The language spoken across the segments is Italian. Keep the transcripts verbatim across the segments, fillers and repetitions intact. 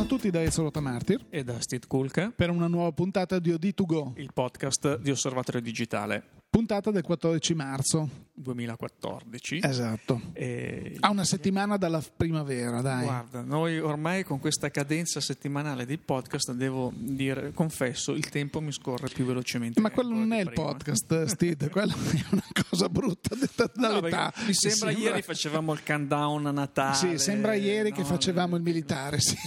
tutti da Ezio Rotamartir e da Steve Kulka per una nuova puntata di O D to Go, il podcast di Osservatorio Digitale. Puntata del quattordici marzo duemilaquattordici. Esatto. E... a una settimana dalla primavera, dai. Guarda, noi ormai con questa cadenza settimanale dei podcast, devo dire, confesso, il tempo mi scorre più velocemente. Ma quello non è il prima. podcast, Steve, quello è una cosa brutta detta dall'età. No, mi sembra, sembra ieri facevamo il countdown a Natale. Sì, sembra ieri no? che facevamo il militare, sì.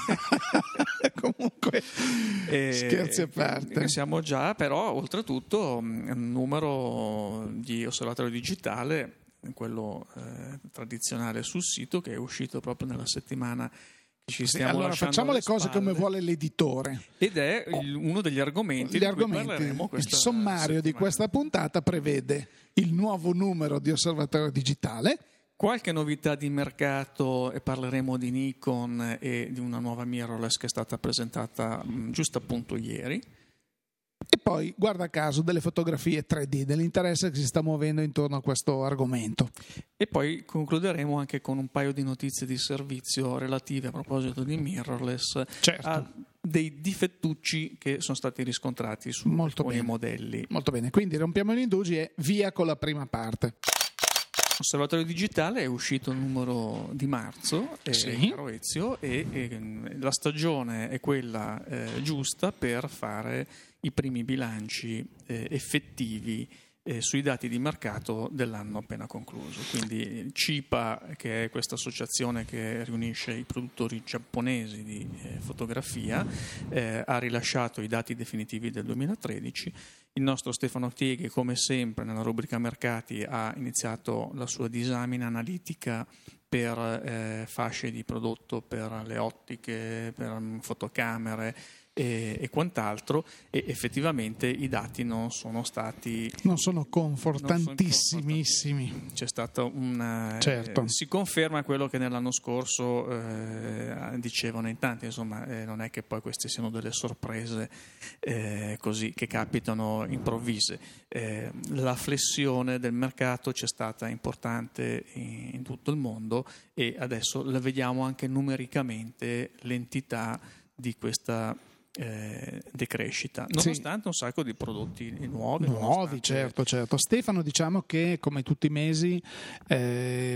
Comunque, e, scherzi a parte. Siamo già, però, oltretutto, un numero di Osservatorio Digitale, quello eh, tradizionale sul sito, che è uscito proprio nella settimana che ci stiamo sì, allora lasciando facciamo le cose spalle. Come vuole l'editore. Ed è il, uno degli argomenti Gli di argomenti, cui parleremo questa il sommario settimana. di questa puntata prevede il nuovo numero di Osservatorio Digitale, qualche novità di mercato, e parleremo di Nikon e di una nuova mirrorless che è stata presentata mh, giusto appunto ieri. E poi, guarda caso, delle fotografie tre D, dell'interesse che si sta muovendo intorno a questo argomento. E poi concluderemo anche con un paio di notizie di servizio relative, a proposito di mirrorless, certo. a dei difettucci che sono stati riscontrati su Molto alcuni bene. modelli. Molto bene, quindi rompiamo gli indugi e via con la prima parte. Osservatorio Digitale è uscito il numero di marzo, eh, sì. caro Ezio, e, e la stagione è quella eh, giusta per fare i primi bilanci eh, effettivi eh, sui dati di mercato dell'anno appena concluso. Quindi CIPA, che è questa associazione che riunisce i produttori giapponesi di eh, fotografia, eh, ha rilasciato i dati definitivi del duemilatredici. Il nostro Stefano Tieghi, come sempre, nella rubrica mercati ha iniziato la sua disamina analitica per eh, fasce di prodotto, per le ottiche, per um, fotocamere e, e quant'altro, e effettivamente i dati non sono stati non sono confortantissimissimi. Non sono C'è stato un certo. eh, si conferma quello che nell'anno scorso eh, dicevano in tanti, insomma, eh, non è che poi queste siano delle sorprese eh, così che capitano improvvise. Eh, la flessione del mercato c'è stata importante in, in tutto il mondo, e adesso la vediamo anche numericamente l'entità di questa Eh, decrescita, nonostante sì. un sacco di prodotti nuovi nuovi nonostante... certo certo Stefano, diciamo che come tutti i mesi eh,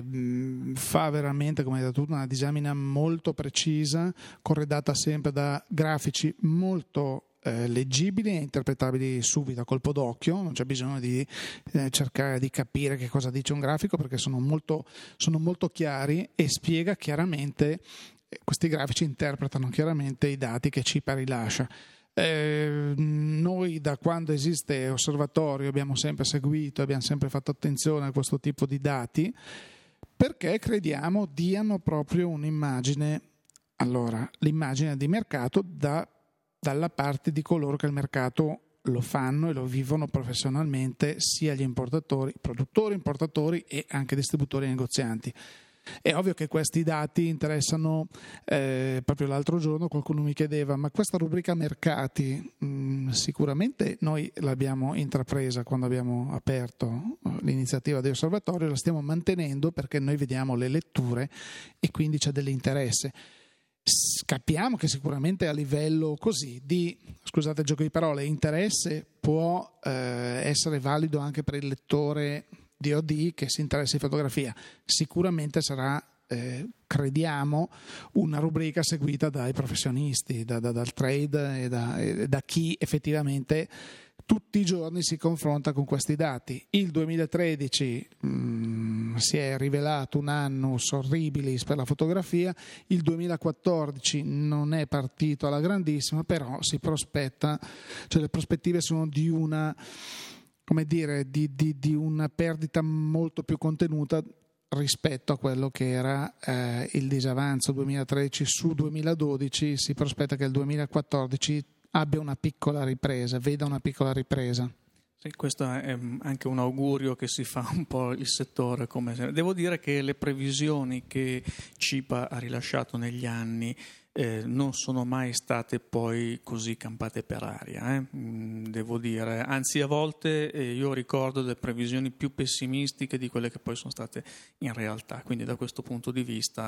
fa veramente, come hai detto tu, una disamina molto precisa, corredata sempre da grafici molto eh, leggibili e interpretabili subito a colpo d'occhio. Non c'è bisogno di eh, cercare di capire che cosa dice un grafico, perché sono molto, sono molto chiari e spiega chiaramente. Questi grafici interpretano chiaramente i dati che CIPA rilascia. Eh, noi, da quando esiste Osservatorio, abbiamo sempre seguito, abbiamo sempre fatto attenzione a questo tipo di dati, perché crediamo diano proprio un'immagine, allora, l'immagine di mercato da, dalla parte di coloro che il mercato lo fanno e lo vivono professionalmente, sia gli importatori, produttori, importatori e anche distributori e negozianti. È ovvio che questi dati interessano, eh, proprio l'altro giorno qualcuno mi chiedeva: ma questa rubrica mercati mh, sicuramente noi l'abbiamo intrapresa quando abbiamo aperto l'iniziativa di Osservatorio, la stiamo mantenendo perché noi vediamo le letture e quindi c'è dell'interesse. Capiamo che sicuramente a livello così di, scusate il gioco di parole, interesse può eh, essere valido anche per il lettore di O D che si interessa di fotografia. Sicuramente sarà, eh, crediamo, una rubrica seguita dai professionisti, da, da, dal trade e da, e da chi effettivamente tutti i giorni si confronta con questi dati. Il duemilatredici mh, si è rivelato un annus horribilis per la fotografia, il duemilaquattordici non è partito alla grandissima, però si prospetta, cioè le prospettive sono di una come dire, di, di, di una perdita molto più contenuta rispetto a quello che era eh, il disavanzo duemilatredici su duemiladodici. Si prospetta che il duemilaquattordici abbia una piccola ripresa, veda una piccola ripresa. Sì, questo è anche un augurio che si fa un po' il settore. Come... Devo dire che le previsioni che CIPA ha rilasciato negli anni eh, non sono mai state poi così campate per aria, eh? mm, devo dire, anzi a volte eh, io ricordo delle previsioni più pessimistiche di quelle che poi sono state in realtà, quindi da questo punto di vista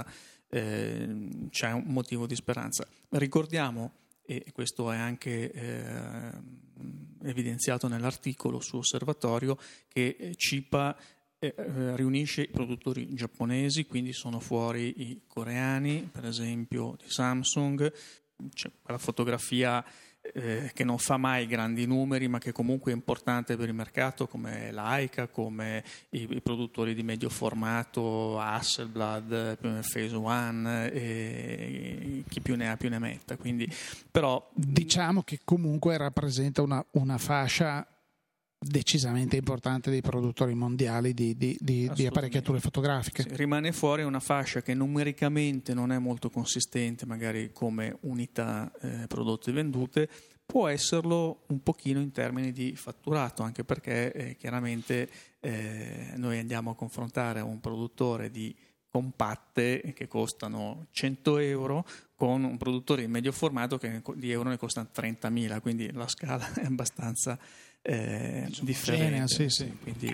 eh, c'è un motivo di speranza. Ricordiamo, e questo è anche eh, evidenziato nell'articolo su Osservatorio, che Cipa eh, riunisce i produttori giapponesi, quindi sono fuori i coreani, per esempio di Samsung, c'è quella fotografia eh, che non fa mai grandi numeri ma che comunque è importante per il mercato, come Leica, come i, i produttori di medio formato, Hasselblad, Phase One, e chi più ne ha più ne metta. Quindi, però, diciamo che comunque rappresenta una, una fascia decisamente importante dei produttori mondiali di, di, di, di apparecchiature fotografiche. Sì, rimane fuori una fascia che numericamente non è molto consistente, magari come unità eh, prodotte e vendute, può esserlo un pochino in termini di fatturato, anche perché eh, chiaramente eh, noi andiamo a confrontare un produttore di compatte che costano cento euro con un produttore di medio formato che di euro ne costa trentamila, quindi la scala è abbastanza Eh, differente. Sì, sì. Quindi,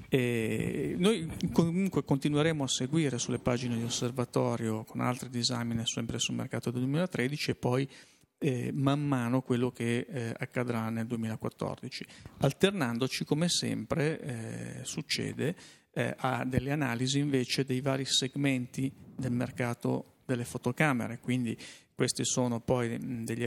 eh, noi comunque continueremo a seguire sulle pagine di Osservatorio con altri disamine sempre sul mercato del duemilatredici e poi eh, man mano quello che eh, accadrà nel duemilaquattordici, alternandoci come sempre eh, succede eh, a delle analisi invece dei vari segmenti del mercato delle fotocamere. Quindi queste sono poi degli,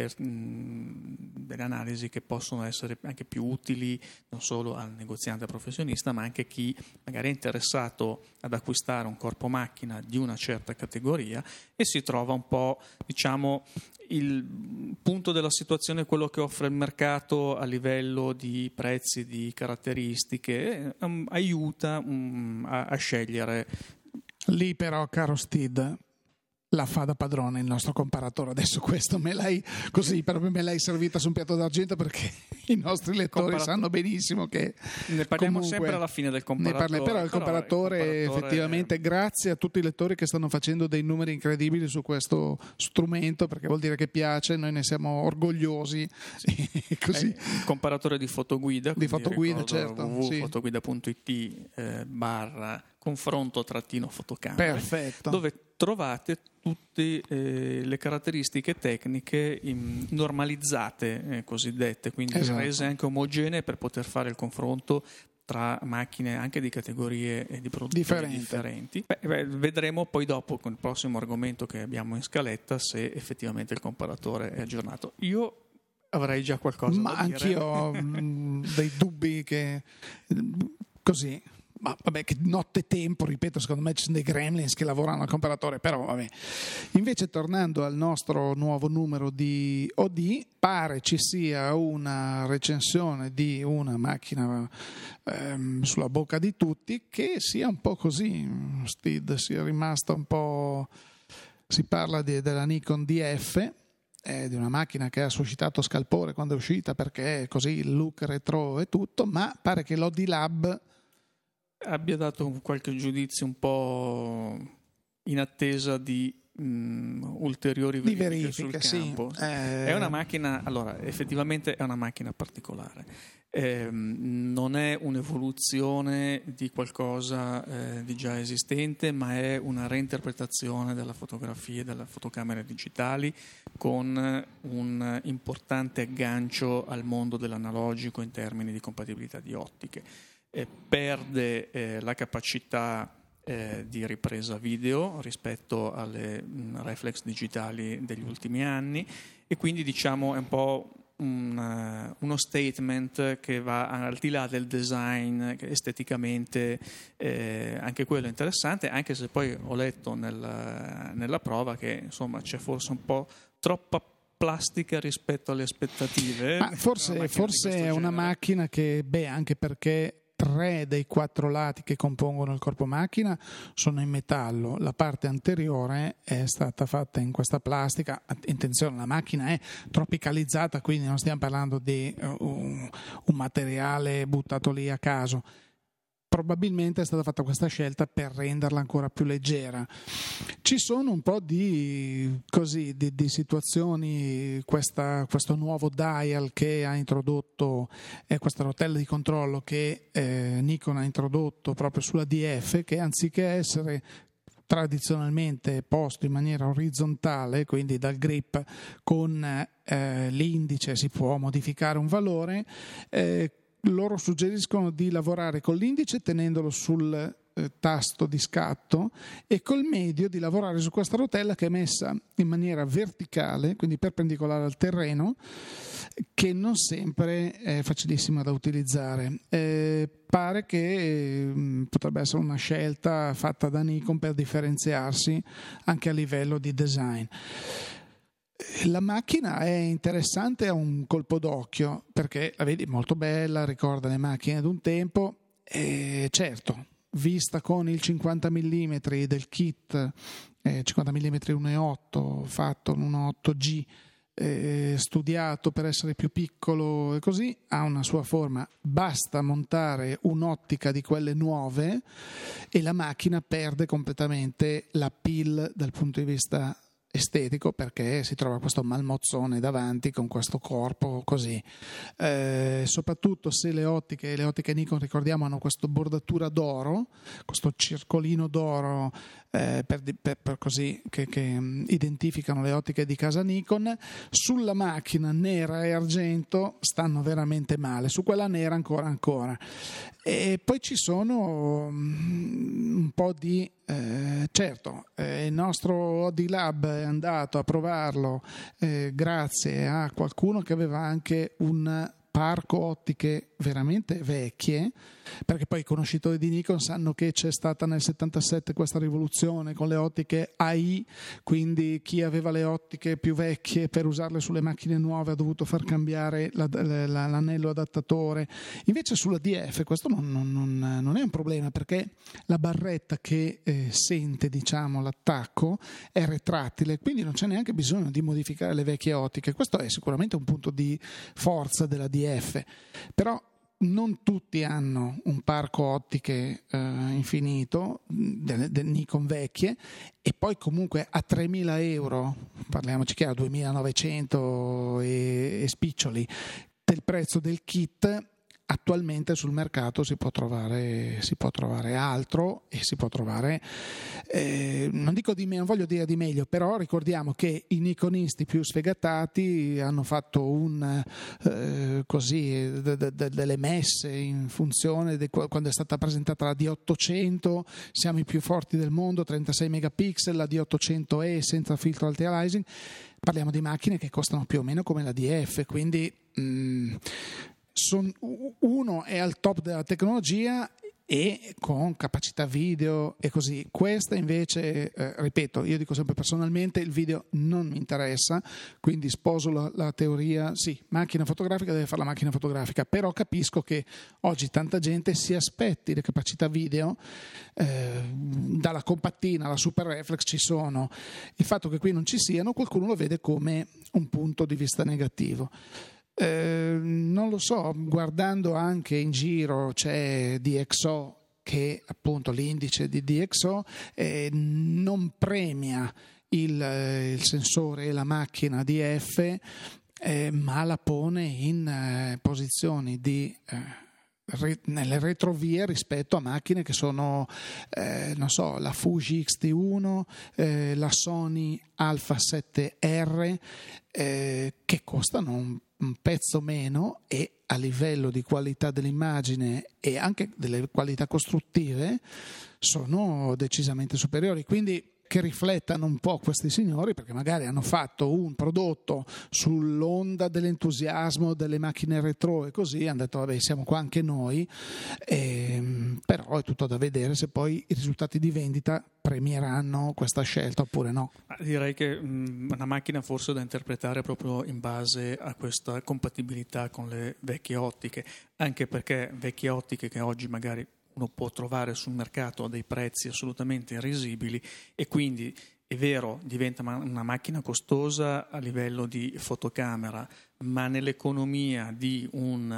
delle analisi che possono essere anche più utili non solo al negoziante professionista, ma anche a chi magari è interessato ad acquistare un corpo macchina di una certa categoria e si trova un po', diciamo, il punto della situazione, quello che offre il mercato a livello di prezzi, di caratteristiche, um, aiuta um, a, a scegliere. Lì però, caro Steve, la fa da padrone il nostro comparatore. Adesso questo me l'hai così proprio me l'hai servita su un piatto d'argento, perché i nostri lettori Comparato... sanno benissimo che ne parliamo sempre alla fine del comparatore. Ne parli, però il comparatore, però il comparatore effettivamente, grazie a tutti i lettori che stanno facendo dei numeri incredibili su questo strumento, perché vuol dire che piace, noi ne siamo orgogliosi. Sì. Così. Il comparatore di fotoguida, di fotoguida, certo, w w w punto fotoguida punto i t eh, barra confronto trattino fotocamere, perfetto, dove trovate tutte eh, le caratteristiche tecniche in, normalizzate, eh, cosiddette, quindi esatto, rese anche omogenee per poter fare il confronto tra macchine anche di categorie e di prodotti differenti. Beh, beh, vedremo poi dopo con il prossimo argomento che abbiamo in scaletta se effettivamente il comparatore è aggiornato. Io avrei già qualcosa Ma da anch'io dire. ho dei dubbi che così. Ma vabbè, che notte tempo, ripeto, secondo me ci sono dei gremlins che lavorano al comparatore, però vabbè. Invece, tornando al nostro nuovo numero di O D, pare ci sia una recensione di una macchina ehm, sulla bocca di tutti che sia un po' così, Steve, sia rimasta un po'... Si parla di, della Nikon D F, eh, di una macchina che ha suscitato scalpore quando è uscita, perché è così il look retro e tutto, ma pare che l'O D Lab abbia dato qualche giudizio un po' in attesa di mh, ulteriori verifiche, di verifiche sul campo. Sì. Eh... È una macchina, allora, effettivamente è una macchina particolare. Eh, non è un'evoluzione di qualcosa eh, di già esistente, ma è una reinterpretazione della fotografia e delle fotocamere digitali con un importante aggancio al mondo dell'analogico in termini di compatibilità di ottiche. Eh, perde eh, la capacità eh, di ripresa video rispetto alle mh, reflex digitali degli ultimi anni e quindi diciamo è un po' un, uh, uno statement che va al di là del design, che esteticamente eh, anche quello è interessante, anche se poi ho letto nel, nella prova che insomma c'è forse un po' troppa plastica rispetto alle aspettative. Ma forse una forse è una macchina che, beh, anche perché tre dei quattro lati che compongono il corpo macchina sono in metallo, la parte anteriore è stata fatta in questa plastica. Attenzione, la macchina è tropicalizzata, quindi non stiamo parlando di un, un materiale buttato lì a caso, probabilmente è stata fatta questa scelta per renderla ancora più leggera. Ci sono un po' di, così, di, di situazioni, questa, questo nuovo dial che ha introdotto, eh, questa rotella di controllo che eh, Nikon ha introdotto proprio sulla D F, che anziché essere tradizionalmente posto in maniera orizzontale, quindi dal grip con eh, l'indice si può modificare un valore, eh, loro suggeriscono di lavorare con l'indice tenendolo sul eh, tasto di scatto e col medio di lavorare su questa rotella che è messa in maniera verticale, quindi perpendicolare al terreno, che non sempre è facilissima da utilizzare. Eh, pare che eh, potrebbe essere una scelta fatta da Nikon per differenziarsi anche a livello di design. La macchina è interessante a un colpo d'occhio perché la vedi molto bella, ricorda le macchine d'un tempo e certo, vista con il cinquanta millimetri del kit, eh, cinquanta millimetri uno virgola otto fatto in uno otto G, eh, studiato per essere più piccolo e così, ha una sua forma. Basta montare un'ottica di quelle nuove e la macchina perde completamente l'appeal dal punto di vista estetico, perché si trova questo malmozzone davanti con questo corpo così, eh, soprattutto se le ottiche le ottiche Nikon, ricordiamo, hanno questa bordatura d'oro, questo circolino d'oro eh, per, per, per così che, che identificano le ottiche di casa Nikon. Sulla macchina nera e argento stanno veramente male, su quella nera ancora ancora. E poi ci sono un po' di eh, certo, eh, il nostro O D Lab è andato a provarlo eh, grazie a qualcuno che aveva anche un parco ottiche veramente vecchie, perché poi i conoscitori di Nikon sanno che c'è stata nel settantasette questa rivoluzione con le ottiche A I, quindi chi aveva le ottiche più vecchie per usarle sulle macchine nuove ha dovuto far cambiare la, la, l'anello adattatore. Invece sulla D F questo non, non, non, non è un problema, perché la barretta che eh, sente, diciamo, l'attacco è retrattile, quindi non c'è neanche bisogno di modificare le vecchie ottiche. Questo è sicuramente un punto di forza della D F, però non tutti hanno un parco ottiche eh, infinito delle, delle Nikon vecchie, e poi comunque a tremila euro, parliamoci chiaro, duemilanovecento e, e spiccioli del prezzo del kit, attualmente sul mercato si può trovare, si può trovare altro e si può trovare, eh, non dico di me, non voglio dire di meglio, però ricordiamo che i nikonisti più sfegatati hanno fatto un eh, così de, de, de, delle messe in funzione di quando è stata presentata la D ottocento, siamo i più forti del mondo, trentasei megapixel, la D ottocento E senza filtro anti-aliasing. Parliamo di macchine che costano più o meno come la D F, quindi mh, Son, uno è al top della tecnologia e con capacità video e così. Questa invece, eh, ripeto, io dico sempre personalmente, il video non mi interessa, quindi sposo la, la teoria, sì, macchina fotografica deve fare la macchina fotografica, però capisco che oggi tanta gente si aspetti le capacità video, eh, dalla compattina alla super reflex ci sono. Il fatto che qui non ci siano, qualcuno lo vede come un punto di vista negativo. Eh, non lo so, guardando anche in giro c'è D X O, che appunto l'indice di D X O eh, non premia il, eh, il sensore e la macchina D F, eh, ma la pone in eh, posizioni di eh, Re, nelle retrovie rispetto a macchine che sono eh, non so, la Fuji X T uno, eh, la Sony Alpha sette R, eh, che costano un, un pezzo meno e a livello di qualità dell'immagine e anche delle qualità costruttive sono decisamente superiori, quindi che riflettano un po' questi signori, perché magari hanno fatto un prodotto sull'onda dell'entusiasmo delle macchine retro e così hanno detto vabbè, siamo qua anche noi, ehm, però è tutto da vedere se poi i risultati di vendita premieranno questa scelta oppure no. Direi che mh, una macchina forse da interpretare proprio in base a questa compatibilità con le vecchie ottiche, anche perché vecchie ottiche che oggi magari uno può trovare sul mercato a dei prezzi assolutamente irrisibili, e quindi è vero, diventa una macchina costosa a livello di fotocamera, ma nell'economia di un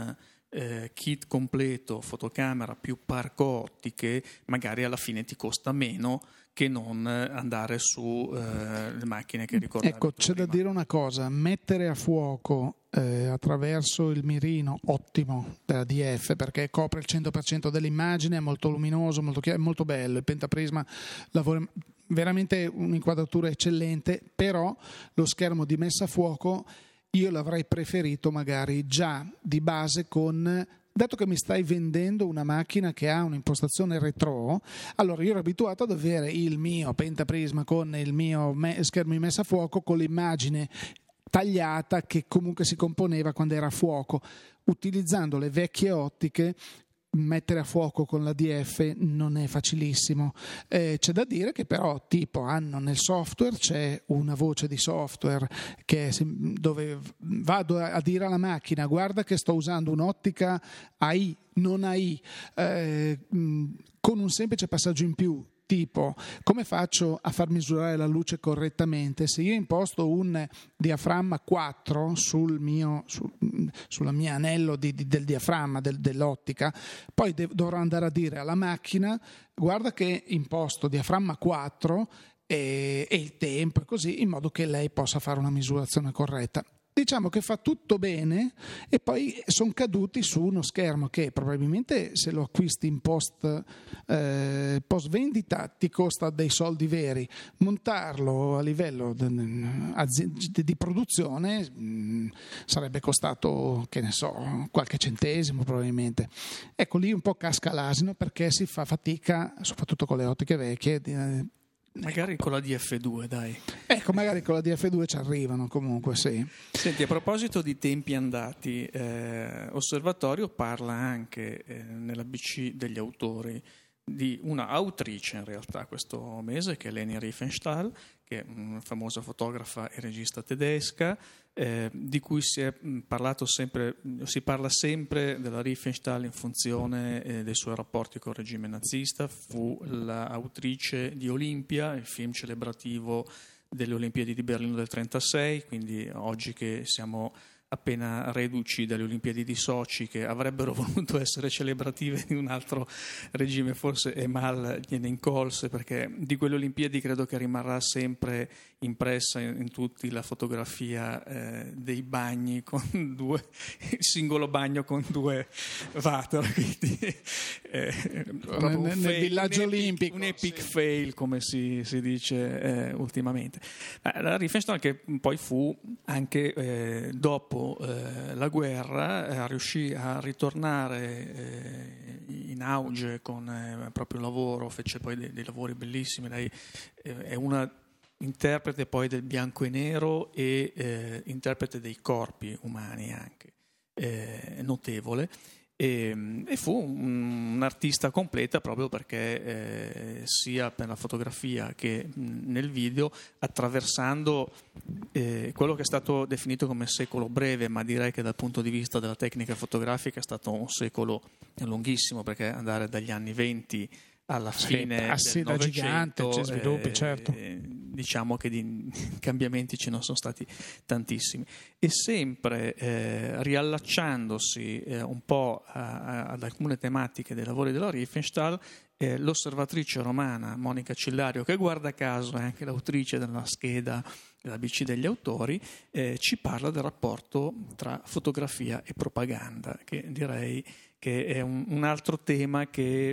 eh, kit completo, fotocamera più parco ottiche, magari alla fine ti costa meno che non andare su eh, le macchine che ricordavi. Ecco, c'è prima. da dire una cosa: mettere a fuoco eh, attraverso il mirino ottimo della D F, perché copre il cento per cento dell'immagine, è molto luminoso, molto chiaro, è molto bello, il pentaprisma lavora veramente un'inquadratura eccellente, però lo schermo di messa a fuoco io l'avrei preferito magari già di base con... Dato che mi stai vendendo una macchina che ha un'impostazione retro, allora io ero abituato ad avere il mio pentaprisma con il mio me- schermo di messa a fuoco con l'immagine tagliata che comunque si componeva quando era a fuoco. Utilizzando le vecchie ottiche, mettere a fuoco con la D F non è facilissimo. Eh, c'è da dire che però tipo hanno nel software, c'è una voce di software che è, dove vado a dire alla macchina: guarda che sto usando un'ottica A I, non A I, eh, con un semplice passaggio in più. Tipo, come faccio a far misurare la luce correttamente? Se io imposto un diaframma quattro sul mio, su, sulla mia anello di, di, del diaframma, del, dell'ottica, poi dev, dovrò andare a dire alla macchina: guarda che imposto diaframma quattro e, e il tempo e così, in modo che lei possa fare una misurazione corretta. Diciamo che fa tutto bene e poi sono caduti su uno schermo che probabilmente se lo acquisti in post, eh, post vendita ti costa dei soldi veri. Montarlo a livello di, di produzione mh, sarebbe costato, che ne so, qualche centesimo probabilmente. Ecco, lì un po' casca l'asino perché si fa fatica, soprattutto con le ottiche vecchie, di, magari con la D F due, dai. Ecco, magari con la D F due ci arrivano comunque, sì. Senti, a proposito di tempi andati, eh, Osservatorio parla anche eh, nella B C degli autori di una autrice in realtà questo mese, che è Leni Riefenstahl, che è una famosa fotografa e regista tedesca, eh, di cui si è parlato sempre, si parla sempre della Riefenstahl in funzione eh, dei suoi rapporti col regime nazista. Fu l'autrice di Olimpia, il film celebrativo delle Olimpiadi di Berlino del trentasei, quindi oggi che siamo appena reduci dalle Olimpiadi di Sochi, che avrebbero voluto essere celebrative di un altro regime, forse Emal gliene incolse, perché di quelle Olimpiadi credo che rimarrà sempre impressa in, in tutti la fotografia eh, dei bagni con due, il singolo bagno con due water, quindi eh, nel, nel fail, villaggio un epic, olimpico un epic sì. fail, come si, si dice eh, ultimamente. La Riefenstahl, che poi fu anche eh, dopo eh, la guerra, eh, riuscì a ritornare eh, in auge con eh, il proprio lavoro, fece poi dei, dei lavori bellissimi. Lei eh, è una interprete poi del bianco e nero e eh, interprete dei corpi umani anche, eh, notevole. E, e fu un, un'artista completa proprio perché eh, sia per la fotografia che mh, nel video, attraversando eh, quello che è stato definito come secolo breve, ma direi che dal punto di vista della tecnica fotografica è stato un secolo lunghissimo, perché andare dagli anni venti alla fine passi del da gigante, c'è sviluppi, eh, certo. eh, diciamo che di cambiamenti ce ne sono stati tantissimi, e sempre eh, riallacciandosi eh, un po' a, a, ad alcune tematiche dei lavori della Riefenstahl, eh, l'osservatrice romana Monica Cillario, che guarda caso è anche l'autrice della scheda della B C degli autori, eh, ci parla del rapporto tra fotografia e propaganda, che direi che è un, un altro tema che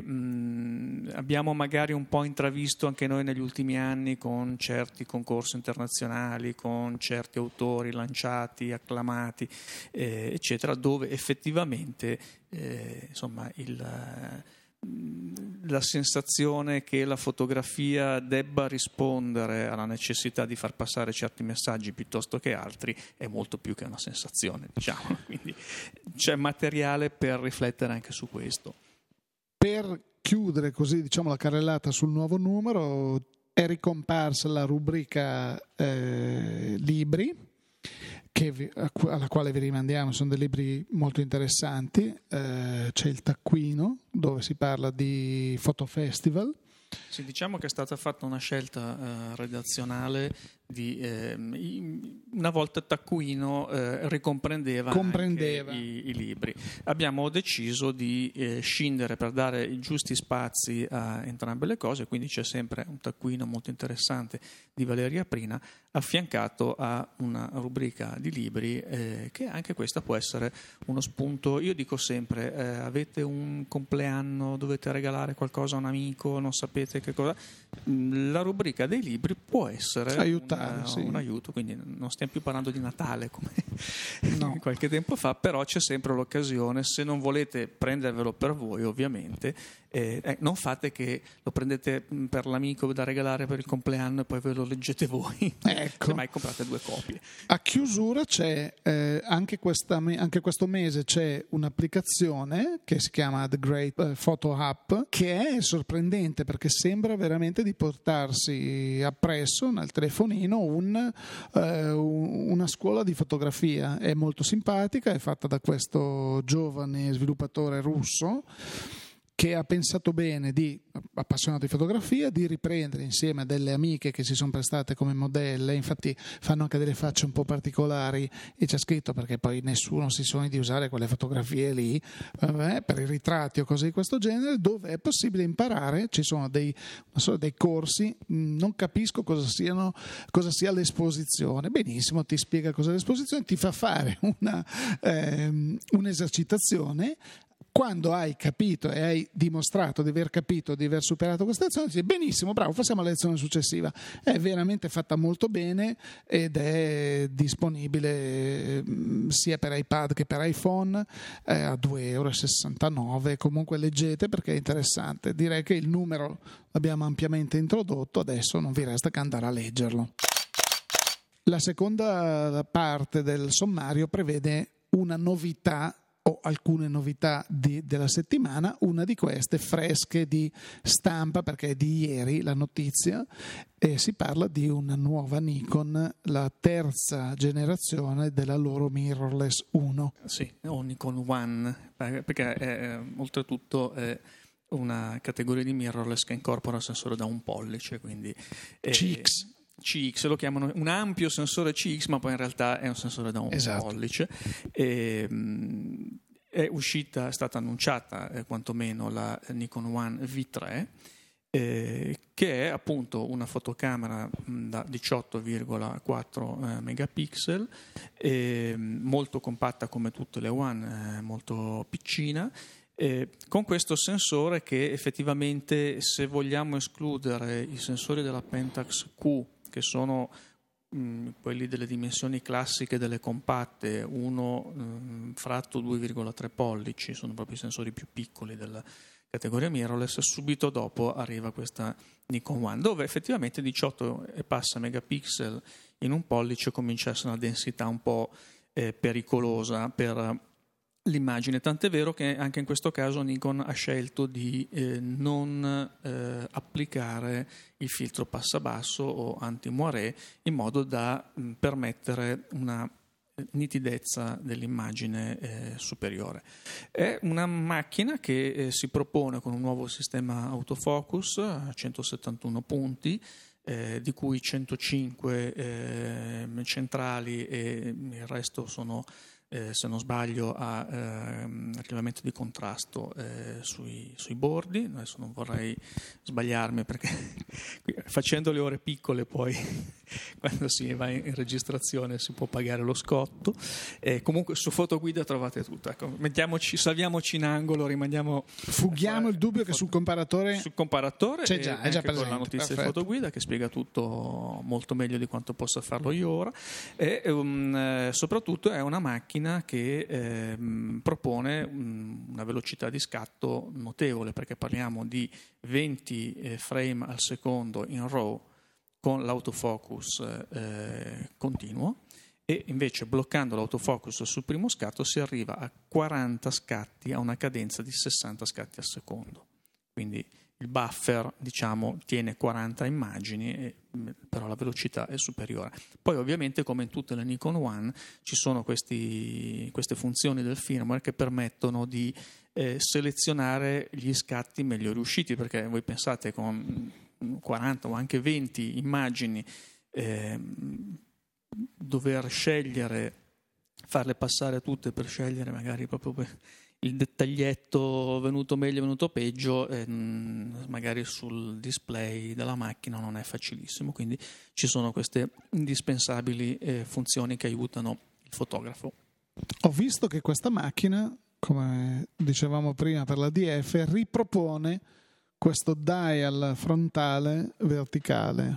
mh, abbiamo magari un po' intravisto anche noi negli ultimi anni con certi concorsi internazionali, con certi autori lanciati, acclamati, eh, eccetera, dove effettivamente eh, insomma il la sensazione che la fotografia debba rispondere alla necessità di far passare certi messaggi piuttosto che altri è molto più che una sensazione, diciamo. Quindi c'è materiale per riflettere anche su questo. Per chiudere così, diciamo, la carrellata sul nuovo numero, è ricomparsa la rubrica eh, libri, che vi, alla quale vi rimandiamo. Sono dei libri molto interessanti. Eh, c'è il Taccuino, dove si parla di fotofestival, Sì, diciamo che è stata fatta una scelta eh, redazionale di eh, una volta Taccuino eh, ricomprendeva Comprendeva. anche i, i libri. Abbiamo deciso di eh, scindere per dare i giusti spazi a entrambe le cose, quindi c'è sempre un Taccuino molto interessante di Valeria Prina affiancato a una rubrica di libri eh, che anche questa può essere uno spunto. Io dico sempre, eh, avete un compleanno, dovete regalare qualcosa a un amico, non sapete che cosa, la rubrica dei libri può essere aiutare, una, sì. un aiuto, quindi non stiamo più parlando di Natale come no. qualche tempo fa, però c'è sempre l'occasione, se non volete prendervelo per voi ovviamente, eh, eh, non fate che lo prendete per l'amico da regalare per il compleanno e poi ve lo leggete voi, ecco. semmai comprate due copie. A chiusura c'è eh, anche, questa, anche questo mese c'è un'applicazione che si chiama The Great Photo App, che è sorprendente perché sembra veramente di portarsi appresso nel telefonino un, eh, una scuola di fotografia. È molto simpatica, è fatta da questo giovane sviluppatore russo che ha pensato bene, di appassionato di fotografia, di riprendere insieme a delle amiche che si sono prestate come modelle. Infatti fanno anche delle facce un po' particolari e c'è scritto, perché poi nessuno si sogna di usare quelle fotografie lì vabbè, per i ritratti o cose di questo genere, dove è possibile imparare. Ci sono dei, so, dei corsi, non capisco cosa siano, cosa sia l'esposizione. Benissimo, ti spiega cosa è l'esposizione, ti fa fare una, ehm, un'esercitazione. Quando hai capito e hai dimostrato di aver capito, di aver superato questa lezione, dici benissimo, bravo, passiamo alla lezione successiva. È veramente fatta molto bene ed è disponibile sia per iPad che per iPhone eh, a due virgola sessantanove euro. Comunque leggete perché è interessante. Direi che il numero l'abbiamo ampiamente introdotto, adesso non vi resta che andare a leggerlo. La seconda parte del sommario prevede una novità o alcune novità di, della settimana, una di queste fresche di stampa perché è di ieri la notizia, e si parla di una nuova Nikon, la terza generazione della loro mirrorless uno. Sì, o Nikon One, perché è, oltretutto è una categoria di mirrorless che incorpora il sensore da un pollice, quindi è, C X. C X lo chiamano un ampio sensore C X, ma poi in realtà è un sensore da un esatto. pollice. E, mh, è uscita, è stata annunciata eh, quantomeno la Nikon One V tre, eh, che è appunto una fotocamera mh, da diciotto virgola quattro eh, megapixel, eh, molto compatta come tutte le One, eh, molto piccina. Eh, con questo sensore che effettivamente, se vogliamo escludere i sensori della Pentax Q, che sono mh, quelli delle dimensioni classiche delle compatte, uno mh, fratto due virgola tre pollici, sono proprio i sensori più piccoli della categoria mirrorless, subito dopo arriva questa Nikon One, dove effettivamente diciotto e passa megapixel in un pollice comincia a essere una densità un po' eh, pericolosa per l'immagine, tant'è vero che anche in questo caso Nikon ha scelto di eh, non eh, applicare il filtro passabasso o anti-moiré in modo da mh, permettere una nitidezza dell'immagine eh, superiore. È una macchina che eh, si propone con un nuovo sistema autofocus a centosettantuno punti, eh, di cui centocinque eh, centrali e il resto sono Eh, se non sbaglio a ehm, rilevamento di contrasto eh, sui, sui bordi. Adesso non vorrei sbagliarmi perché facendo le ore piccole poi quando si va in registrazione si può pagare lo scotto. Eh, comunque su Fotoguida trovate tutto, ecco, mettiamoci, salviamoci in angolo, rimaniamo, fughiamo il dubbio che sul comparatore sul comparatore c'è già, è già presente, con la notizia perfetto. di Fotoguida che spiega tutto molto meglio di quanto possa farlo io ora, e um, eh, soprattutto è una macchina che eh, propone um, una velocità di scatto notevole, perché parliamo di venti eh, frame al secondo in RAW con l'autofocus eh, continuo, e invece bloccando l'autofocus sul primo scatto si arriva a quaranta scatti a una cadenza di sessanta scatti al secondo. Quindi il buffer, diciamo, tiene quaranta immagini, e, però la velocità è superiore. Poi ovviamente, come in tutte le Nikon One, ci sono questi, queste funzioni del firmware che permettono di eh, selezionare gli scatti meglio riusciti, perché voi pensate con quaranta o anche venti immagini, eh, dover scegliere, farle passare tutte per scegliere magari proprio per il dettaglietto venuto meglio, venuto peggio, eh, magari sul display della macchina non è facilissimo, quindi ci sono queste indispensabili eh, funzioni che aiutano il fotografo. Ho visto che questa macchina, come dicevamo prima per la D F, ripropone questo dial frontale verticale,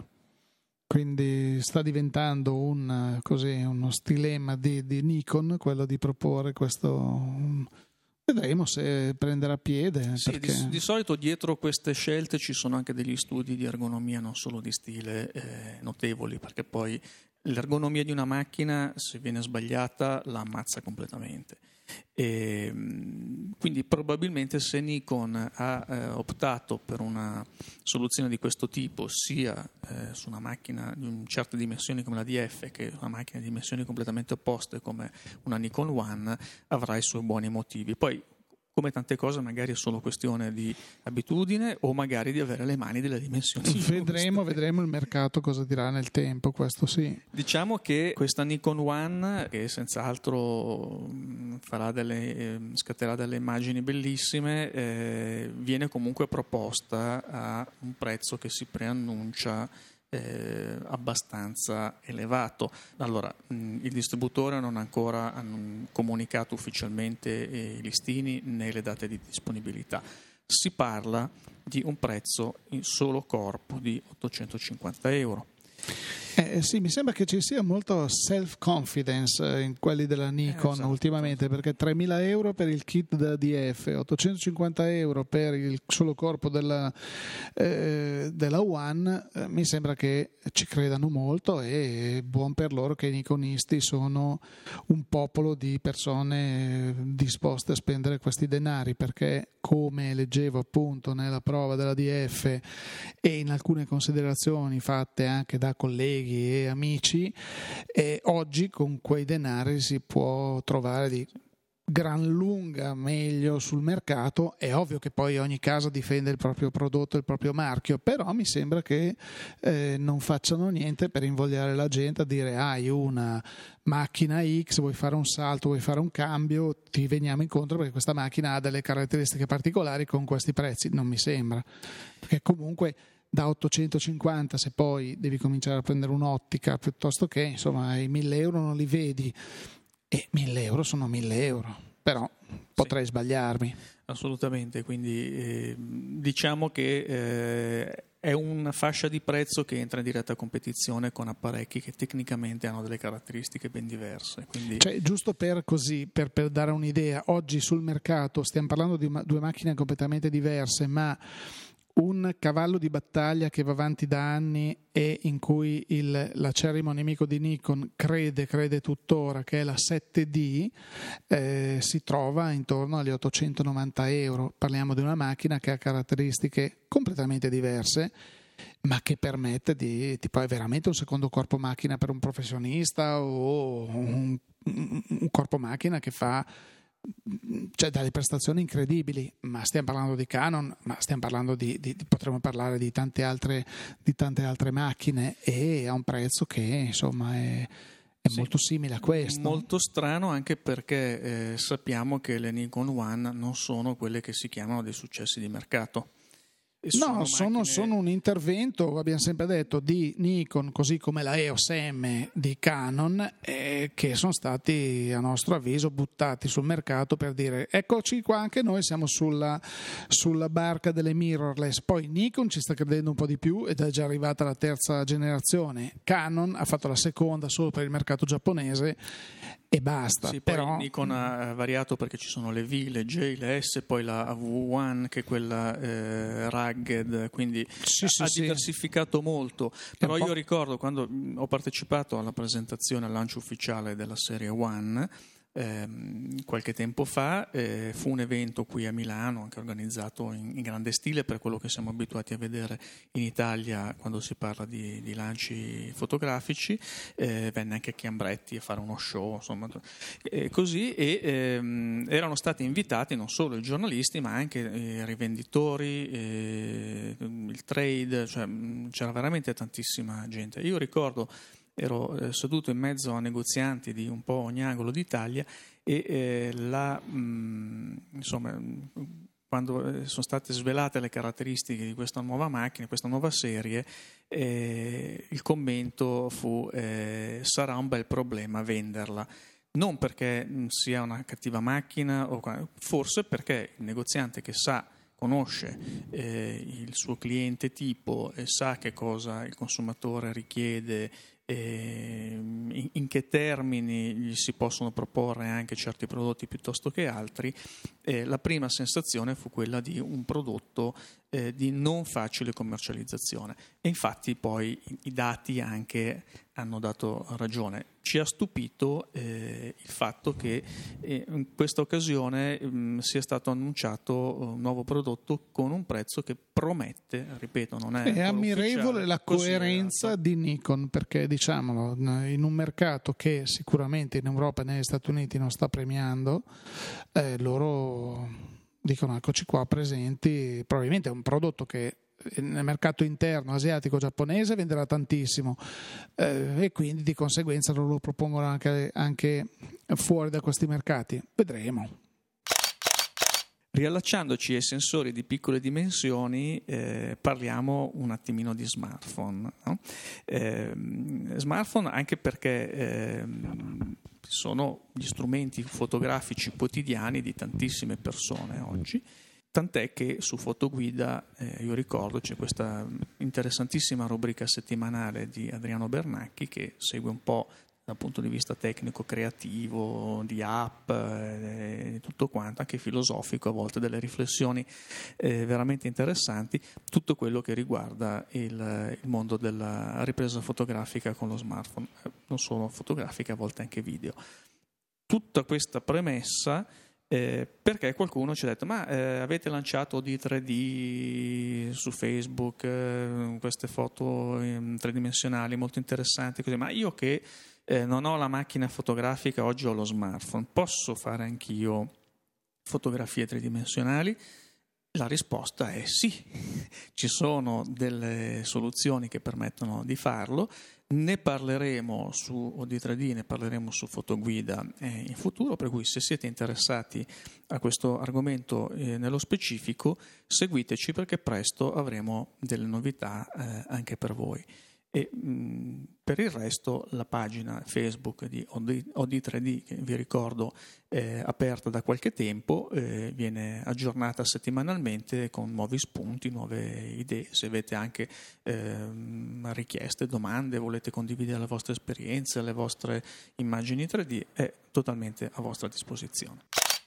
quindi sta diventando un, così, uno stilema di, di Nikon, quello di proporre questo. Vedremo se prenderà piede. Sì, perché... di, di solito dietro queste scelte ci sono anche degli studi di ergonomia, non solo di stile, eh, notevoli, perché poi l'ergonomia di una macchina, se viene sbagliata, la ammazza completamente. E, quindi probabilmente se Nikon ha eh, optato per una soluzione di questo tipo, sia eh, su una macchina di certe dimensioni come la D F che una macchina di dimensioni completamente opposte come una Nikon One, avrà i suoi buoni motivi. Poi, come tante cose, magari è solo questione di abitudine o magari di avere le mani delle dimensioni. Vedremo, vedremo il mercato cosa dirà nel tempo, questo sì. Diciamo che questa Nikon One, che senz'altro farà delle, scatterà delle immagini bellissime, eh, viene comunque proposta a un prezzo che si preannuncia Eh, abbastanza elevato. Allora, mh, il distributore non ha ancora hanno comunicato ufficialmente eh, i listini né le date di disponibilità. Si parla di un prezzo in solo corpo di ottocentocinquanta euro. Eh, sì, mi sembra che ci sia molto self-confidence in quelli della Nikon eh, esatto. ultimamente, perché tremila euro per il kit della D F, ottocentocinquanta euro per il solo corpo della, eh, della One, eh, mi sembra che ci credano molto e buon per loro che i nikonisti sono un popolo di persone disposte a spendere questi denari, perché come leggevo appunto nella prova della D F e in alcune considerazioni fatte anche da colleghi e amici, e oggi con quei denari si può trovare di gran lunga meglio sul mercato. È ovvio che poi ogni casa difende il proprio prodotto, il proprio marchio, però mi sembra che eh, non facciano niente per invogliare la gente a dire hai una macchina X, vuoi fare un salto, vuoi fare un cambio, ti veniamo incontro perché questa macchina ha delle caratteristiche particolari con questi prezzi. Non mi sembra, perché comunque da ottocentocinquanta, se poi devi cominciare a prendere un'ottica piuttosto che, insomma, i mille euro non li vedi, e mille euro sono mille euro, però potrei sì. sbagliarmi. Assolutamente, quindi eh, diciamo che eh, è una fascia di prezzo che entra in diretta competizione con apparecchi che tecnicamente hanno delle caratteristiche ben diverse. Quindi... Cioè, giusto per così, per, per dare un'idea, oggi sul mercato stiamo parlando di ma- due macchine completamente diverse, ma un cavallo di battaglia che va avanti da anni e in cui il, l'acerrimo nemico di Nikon crede, crede tuttora, che è la sette D, eh, si trova intorno agli ottocentonovanta euro. Parliamo di una macchina che ha caratteristiche completamente diverse, ma che permette di, tipo, è veramente un secondo corpo macchina per un professionista o un, un corpo macchina che fa, cioè, delle prestazioni incredibili. Ma stiamo parlando di Canon, ma stiamo parlando di, di, di potremmo parlare di tante altre di tante altre macchine, e a un prezzo che insomma è, è sì, molto simile a questo. Molto strano, anche perché eh, sappiamo che le Nikon One non sono quelle che si chiamano dei successi di mercato. No, sono, macchine... sono un intervento, abbiamo sempre detto, di Nikon, così come la E O S M di Canon, eh, che sono stati a nostro avviso buttati sul mercato per dire eccoci qua, anche noi siamo sulla, sulla barca delle mirrorless. Poi Nikon ci sta credendo un po' di più ed è già arrivata la terza generazione. Canon ha fatto la seconda solo per il mercato giapponese e basta. Sì, però poi Nikon ha variato perché ci sono le V, le J, le S, poi la V uno che è quella eh, rugged, quindi sì, sì, ha sì. diversificato molto. Però io ricordo quando ho partecipato alla presentazione, al lancio ufficiale della serie One, ehm, qualche tempo fa. Eh, fu un evento qui a Milano, anche organizzato in, in grande stile per quello che siamo abituati a vedere in Italia quando si parla di, di lanci fotografici. Eh, venne anche Chiambretti a fare uno show, insomma, eh, così, e ehm, erano stati invitati non solo i giornalisti ma anche i rivenditori, eh, il trade, cioè c'era veramente tantissima gente. Io ricordo, ero eh, seduto in mezzo a negozianti di un po' ogni angolo d'Italia e eh, la, mh, insomma, quando sono state svelate le caratteristiche di questa nuova macchina, questa nuova serie, eh, il commento fu eh, sarà un bel problema venderla. Non perché sia una cattiva macchina, o forse perché il negoziante che sa, conosce eh, il suo cliente tipo e sa che cosa il consumatore richiede, eh, in, in che termini gli si possono proporre anche certi prodotti piuttosto che altri, eh, la prima sensazione fu quella di un prodotto eh, di non facile commercializzazione, e infatti poi i, i dati anche hanno dato ragione. Ci ha stupito eh, il fatto che eh, in questa occasione mh, sia stato annunciato un nuovo prodotto con un prezzo che promette, ripeto, non è è ammirevole la coerenza esatto. di Nikon, perché diciamolo, in un mercato che sicuramente in Europa e negli Stati Uniti non sta premiando, eh, loro dicono eccoci qua presenti, probabilmente è un prodotto che nel mercato interno asiatico-giapponese venderà tantissimo, eh, e quindi di conseguenza loro lo propongono anche, anche fuori da questi mercati. Vedremo. Riallacciandoci ai sensori di piccole dimensioni, eh, parliamo un attimino di smartphone. No? Eh, smartphone anche perché eh, sono gli strumenti fotografici quotidiani di tantissime persone oggi. Tant'è che su Fotoguida, eh, io ricordo, c'è questa interessantissima rubrica settimanale di Adriano Bernacchi che segue un po' dal punto di vista tecnico, creativo, di app, eh, tutto quanto, anche filosofico, a volte delle riflessioni eh, veramente interessanti, tutto quello che riguarda il, il mondo della ripresa fotografica con lo smartphone, eh, non solo fotografica, a volte anche video. Tutta questa premessa Eh, perché qualcuno ci ha detto ma eh, avete lanciato di tre D su Facebook, eh, queste foto in tridimensionali molto interessanti così, ma io che eh, non ho la macchina fotografica, oggi ho lo smartphone, posso fare anch'io fotografie tridimensionali? La risposta è sì, ci sono delle soluzioni che permettono di farlo. Ne parleremo su O D tre D, ne parleremo su Fotoguida eh, in futuro, per cui se siete interessati a questo argomento eh, nello specifico, seguiteci perché presto avremo delle novità eh, anche per voi. E mh, per il resto la pagina Facebook di O D tre D, che vi ricordo è aperta da qualche tempo, eh, viene aggiornata settimanalmente con nuovi spunti, nuove idee. Se avete anche eh, richieste, domande, volete condividere le vostre esperienze, le vostre immagini tre D, è totalmente a vostra disposizione.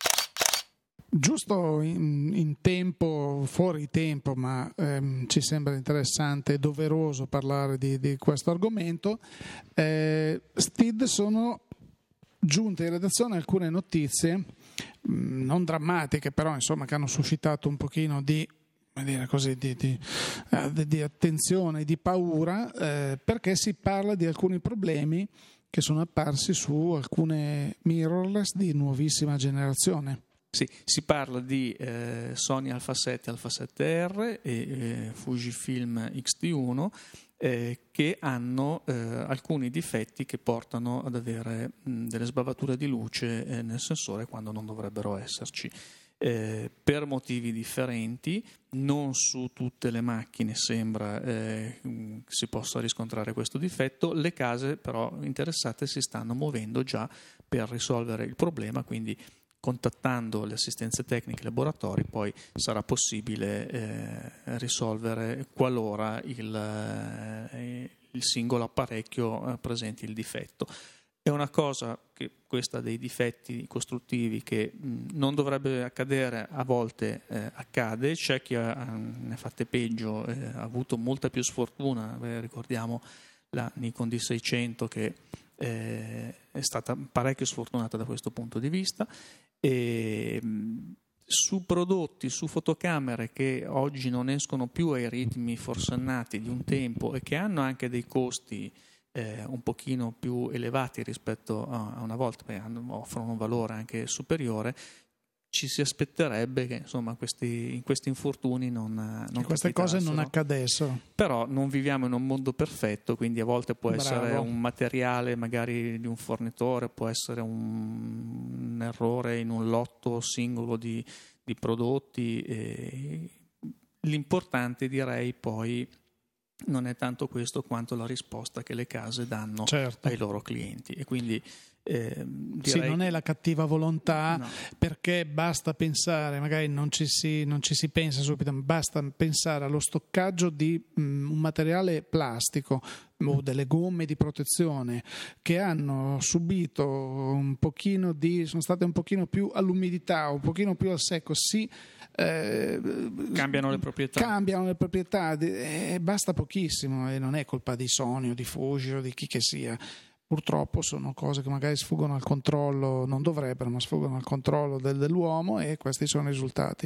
Giusto in, in tempo, fuori tempo, ma ehm, ci sembra interessante e doveroso parlare di, di questo argomento. Eh, S T I D sono giunte in redazione alcune notizie, mh, non drammatiche, però insomma che hanno suscitato un pochino di, come dire così, di, di, uh, di attenzione, di paura, eh, perché si parla di alcuni problemi che sono apparsi su alcune mirrorless di nuovissima generazione. Sì, si parla di eh, Sony Alpha sette, Alpha sette R e eh, Fujifilm X T uno eh, che hanno eh, alcuni difetti che portano ad avere mh, delle sbavature di luce eh, nel sensore quando non dovrebbero esserci. Eh, per motivi differenti, non su tutte le macchine sembra eh, si possa riscontrare questo difetto. Le case però interessate si stanno muovendo già per risolvere il problema, quindi contattando le assistenze tecniche e i laboratori poi sarà possibile eh, risolvere qualora il, eh, il singolo apparecchio eh, presenti il difetto. È una cosa che questa dei difetti costruttivi che mh, non dovrebbe accadere, a volte eh, accade, c'è chi ha, ne ha fatte peggio, eh, ha avuto molta più sfortuna. Beh, ricordiamo la Nikon D seicento che Eh, è stata parecchio sfortunata da questo punto di vista. E su prodotti, su fotocamere che oggi non escono più ai ritmi forsennati di un tempo e che hanno anche dei costi eh, un pochino più elevati rispetto a una volta, perché offrono un valore anche superiore, ci si aspetterebbe che insomma questi, questi infortuni non, non queste cose non accadessero. Però non viviamo in un mondo perfetto, quindi a volte può Bravo. essere un materiale magari di un fornitore, può essere un, un errore in un lotto singolo di, di prodotti. E l'importante, direi, poi non è tanto questo quanto la risposta che le case danno certo. ai loro clienti. E quindi Eh, direi... Sì, non è la cattiva volontà, no. Perché basta pensare, magari non ci si, non ci si pensa subito, basta pensare allo stoccaggio di um, un materiale plastico o delle gomme di protezione che hanno subito un pochino di, sono state un pochino più all'umidità, un pochino più al secco, si eh, cambiano le proprietà, cambiano le proprietà e eh, basta pochissimo, e non è colpa di Sony o di Fuji o di chi che sia. Purtroppo sono cose che magari sfuggono al controllo, non dovrebbero, ma sfuggono al controllo del, dell'uomo, e questi sono i risultati.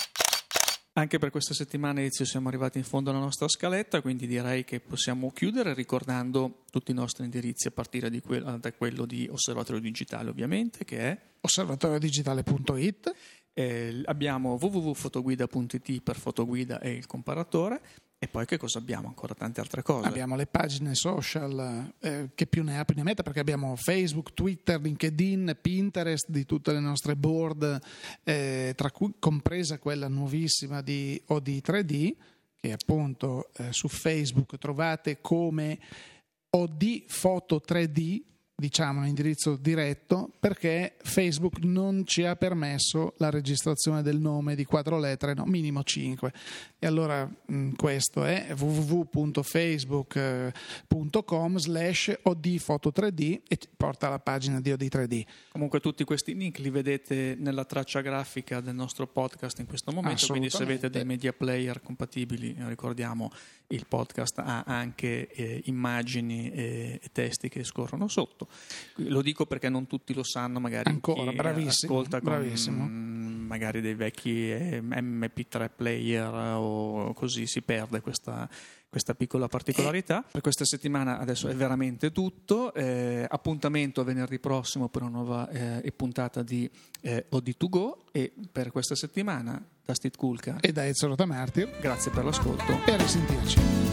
Anche per questa settimana, Ezio, siamo arrivati in fondo alla nostra scaletta, quindi direi che possiamo chiudere ricordando tutti i nostri indirizzi, a partire di que- da quello di Osservatorio Digitale, ovviamente, che è osservatorio digitale punto it. Eh, abbiamo w w w punto fotoguida punto i t per fotoguida e il comparatore. E poi che cosa abbiamo? Ancora tante altre cose. Abbiamo le pagine social, eh, che più ne ha più ne metta, perché abbiamo Facebook, Twitter, LinkedIn, Pinterest, di tutte le nostre board, eh, tra cui compresa quella nuovissima di O D tre D, che appunto eh, su Facebook trovate come O D Foto tre D, diciamo un indirizzo diretto, perché Facebook non ci ha permesso la registrazione del nome di quattro lettere, no, minimo cinque. E allora mh, questo è w w w punto facebook punto com slash O D Foto tre D e porta alla pagina di O D tre D. Comunque tutti questi link li vedete nella traccia grafica del nostro podcast in questo momento, quindi se avete dei media player compatibili, ricordiamo il podcast ha anche eh, immagini e, e testi che scorrono sotto. Lo dico perché non tutti lo sanno, magari ancora chi bravissimo, ascolta con bravissimo. Mh, magari dei vecchi M P tre player o così, si perde questa, questa piccola particolarità. Per questa settimana adesso è veramente tutto, eh, appuntamento a venerdì prossimo per una nuova eh, puntata di eh, O D to Go, e per questa settimana da Steve Kulka e da Ezio Rotamartir, grazie per l'ascolto e a risentirci.